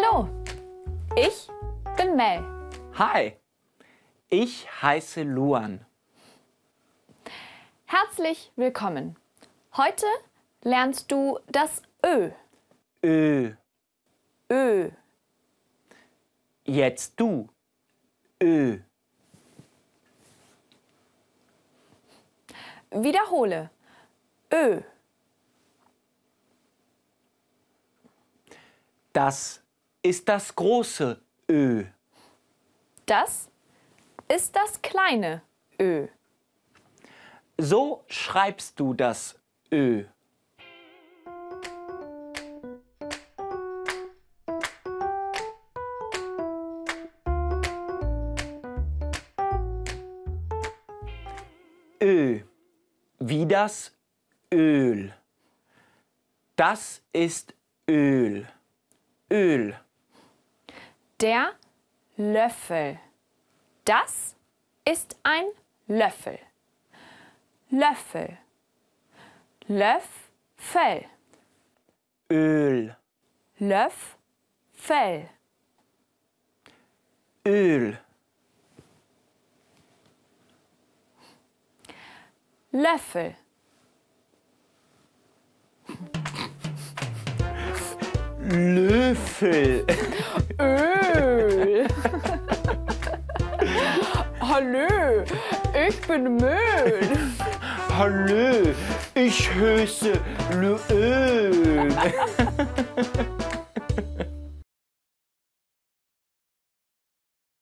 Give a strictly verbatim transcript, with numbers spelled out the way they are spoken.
Hallo, ich bin Mel. Hi, ich heiße Luan. Herzlich willkommen. Heute lernst du das Ö. Ö. Ö. Jetzt du. Ö. Wiederhole. Ö. Das ist das große Ö. Das ist das kleine Ö. So schreibst du das Ö. Ö, wie das Öl. Das ist Öl. Öl. Der Löffel. Das ist ein Löffel. Löffel. Löffel. Öl. Löffel. Öl. Löffel. Löffel. Öl. Hallo, ich bin Müll. Hallo, ich heiße Öl.